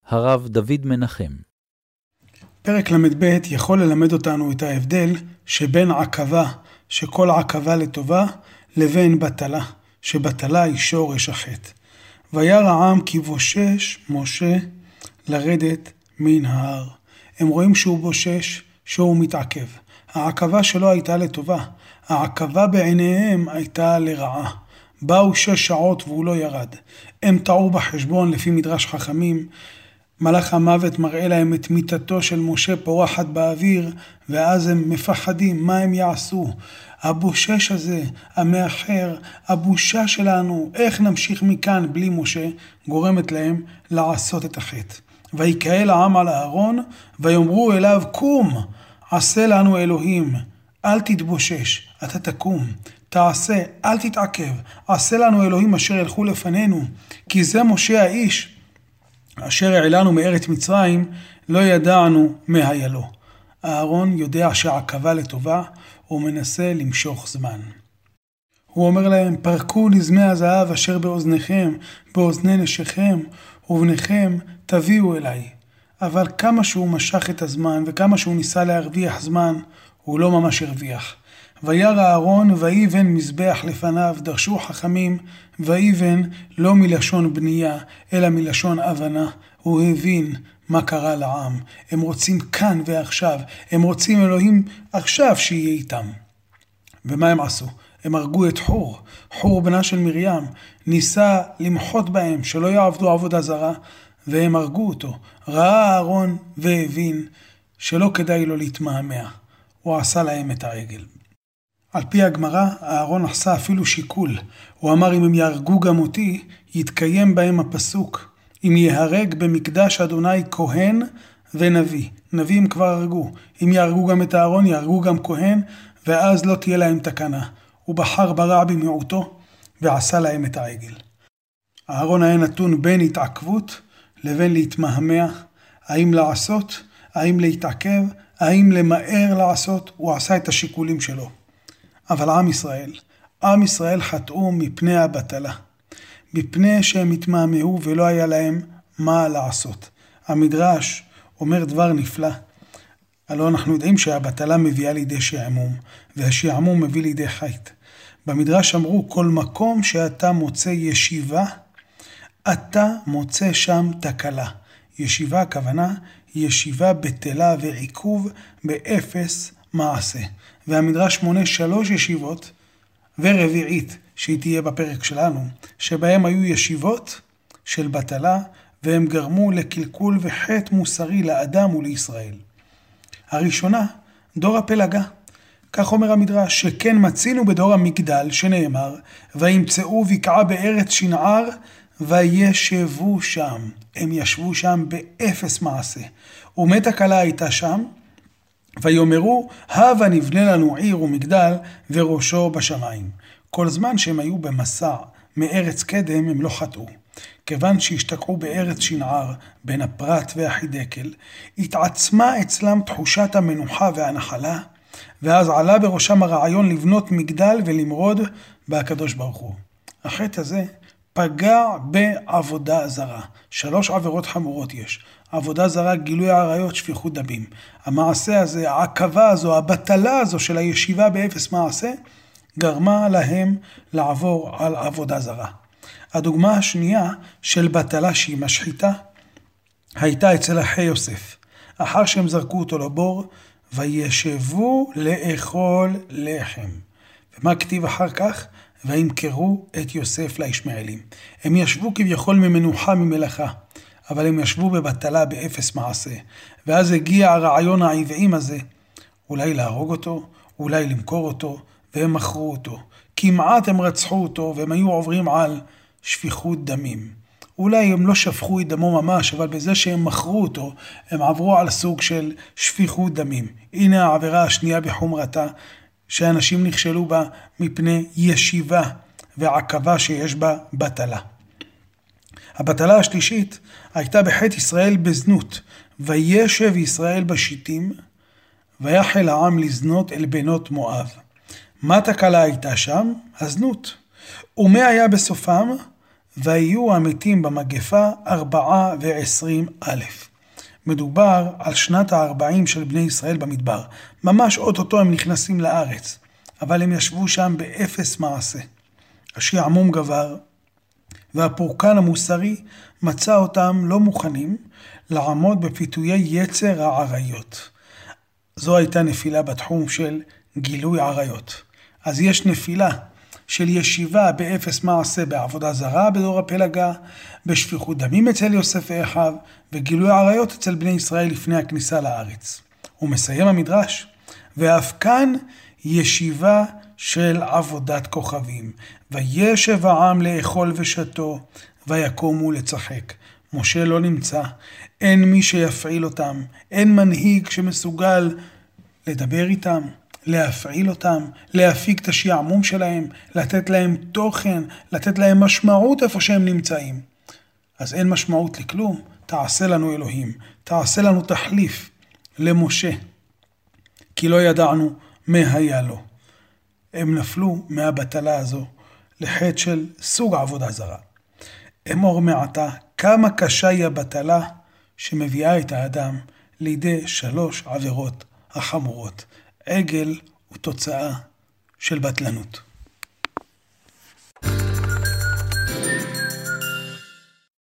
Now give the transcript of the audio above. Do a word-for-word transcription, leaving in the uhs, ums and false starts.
הרב דוד מנחם. פרק למד ב' יכול ללמד אותנו את ההבדל שבין עקבה, שכל עקבה לטובה, לבין בטלה, שבטלה היא שורש החטא. וירא העם כי בושש משה לרדת מן ההר. הם רואים שהוא בושש, שהוא מתעכב. העקבה שלו הייתה לטובה, העקבה בעיניהם הייתה לרעה. באו שש שעות והוא לא ירד. הם טעו בחשבון לפי מדרש חכמים. מלאך המוות מראה להם את מיתתו של משה פורחת באוויר, ואז הם מפחדים מה הם יעשו. הבושש הזה, המאחר, הבושה שלנו, איך נמשיך מכאן בלי משה, גורמת להם לעשות את החטא. ויקהל העם על הארון, ויאמרו אליו, קום, עשה לנו אלוהים, אל תתבושש, אתה תקום, תעשה, אל תתעכב, עשה לנו אלוהים אשר ילכו לפנינו, כי זה משה האיש, אשר העלנו מארץ מצרים, לא ידענו מה היה לו. אהרון יודע שהעקבה לטובה, הוא מנסה למשוך זמן. הוא אומר להם, פרקו נזמי הזהב אשר באוזניכם, באוזני נשיכם, ובניכם תביאו אליי. אבל כמה שהוא משך את הזמן, וכמה שהוא ניסה להרוויח זמן, הוא לא ממש הרוויח. וירא אהרון ויבן מזבח לפניו, דרשו חכמים, ויבן לא מלשון בנייה, אלא מלשון הבנה. הוא הבין מה קרה לעם. הם רוצים כאן ועכשיו, הם רוצים אלוהים עכשיו שיהיה איתם. ומה הם עשו? הם הרגו את חור, חור בנה של מרים, ניסה למחות בהם שלא יעבדו עבודה זרה, והם הרגו אותו. ראה אהרון והבין שלא כדאי לו להתמהמה. הוא עשה להם את העגל. על פי הגמרא, אהרון עשה אפילו שיקול. הוא אמר, אם הם יהרגו גם אותי, יתקיים בהם הפסוק. אם יהרג במקדש אדוני כהן ונביא. נביאים כבר הרגו. אם יהרגו גם את אהרון, יהרגו גם כהן, ואז לא תהיה להם תקנה. הוא בחר ברע במיעוטו, ועשה להם את העגל. אהרון היה נתון בין התעכבות לבין להתמהמה. האם לעשות? האם להתעכב? האם למהר לעשות? הוא עשה את השיקולים שלו. אבל עם ישראל, עם ישראל חטאו מפני הבטלה, מפני שהם התמהמהו ולא היה להם מה לעשות. המדרש אומר דבר נפלא, הלא אנחנו יודעים שהבטלה מביאה לידי שעמום, והשעמום מביא לידי חטא. במדרש אמרו, כל מקום שאתה מוצא ישיבה, אתה מוצא שם תקלה. ישיבה הכוונה, ישיבה בטלה ועיכוב באפס מעשה. והמדרש מונה שלוש ישיבות ורביעית שהיא תהיה בפרק שלנו, שבהם היו ישיבות של בטלה, והם גרמו לקלקול וחטא מוסרי לאדם ולישראל. הראשונה, דור הפלגה. כך אומר המדרש, שכן מצינו בדור המגדל, שנאמר, וימצאו בקעה בארץ שנער, וישבו שם. הם ישבו שם באפס מעשה. ומת הקלה הייתה שם, ויאמרו, הבה נבנה לנו עיר ומגדל, וראשו בשמיים. כל זמן שהם היו במסע מארץ קדם, הם לא חטאו. כיוון שהשתקעו בארץ שנער, בין הפרת והחידקל, התעצמה אצלם תחושת המנוחה והנחלה, ואז עלה בראשם הרעיון לבנות מגדל ולמרוד בהקדוש ברוך הוא. החטא הזה פגע בעבודה זרה. שלוש עבירות חמורות יש. עבודה זרה, גילוי עריות, שפיכות דמים. המעשה הזה, העקבה הזו, הבטלה הזו של הישיבה באפס מעשה, גרמה להם לעבור על עבודה זרה. הדוגמה השנייה של בטלה שהיא משחיתה, הייתה אצל אחי יוסף. אחר שהם זרקו אותו לבור, וישבו לאכול לחם. ומה כתיב אחר כך? וימכרו את יוסף לישמעאלים. הם ישבו כביכול ממנוחה ממלאכה, אבל הם ישבו בבטלה באפס מעשה. ואז הגיע הרעיון העוועים הזה, אולי להרוג אותו, אולי למכור אותו, והם מכרו אותו. כמעט הם רצחו אותו, והם היו עוברים על שפיכות דמים. אולי הם לא שפכו את דמו ממש, אבל בזה שהם מכרו אותו, הם עברו על סוג של שפיכות דמים. הנה העבירה השנייה בחומרתה, שאנשים נכשלו בה מפני ישיבה ועקבה שיש בה בטלה. הבטלה השלישית הייתה בחטא ישראל בזנות, וישב ישראל בשיטים, ויחל העם לזנות אל בנות מואב. מה תקלה הייתה שם? הזנות. ומה היה בסופם? ויהיו המתים במגפה ארבעה ועשרים אלף. מדובר על שנת הארבעים של בני ישראל במדבר. ממש אוטוטו הם נכנסים לארץ, אבל הם ישבו שם באפס מעשה. השעמום גבר, והפורקן המוסרי מצא אותם לא מוכנים לעמוד בפיתויי יצר העריות. זו הייתה נפילה בתחום של גילוי עריות. אז יש נפילה של ישיבה באפס מעשה בעבודה זרה בדור הפלגה, בשפיכות דמים אצל יוסף ואחיו, וגילוי עריות אצל בני ישראל לפני הכניסה לארץ. הוא מסיים המדרש, ואף כאן ישיבה של עבודת כוכבים. וישב העם לאכול ושתו, ויקומו לצחק. משה לא נמצא, אין מי שיפעיל אותם, אין מנהיג שמסוגל לדבר איתם, להפעיל אותם, להפיק את השעמום שלהם, לתת להם תוכן, לתת להם משמעות איפה שהם נמצאים. אז אין משמעות לכלום, תעשה לנו אלוהים, תעשה לנו תחליף למשה, כי לא ידענו מה היה לו. הם נפלו מהבטלה הזו לחטא של סוג עבודה זרה. אמור מעתה, כמה קשה היא הבטלה שמביאה את האדם לידי שלוש עבירות החמורות. עגל הוא תוצאה של בטלנות.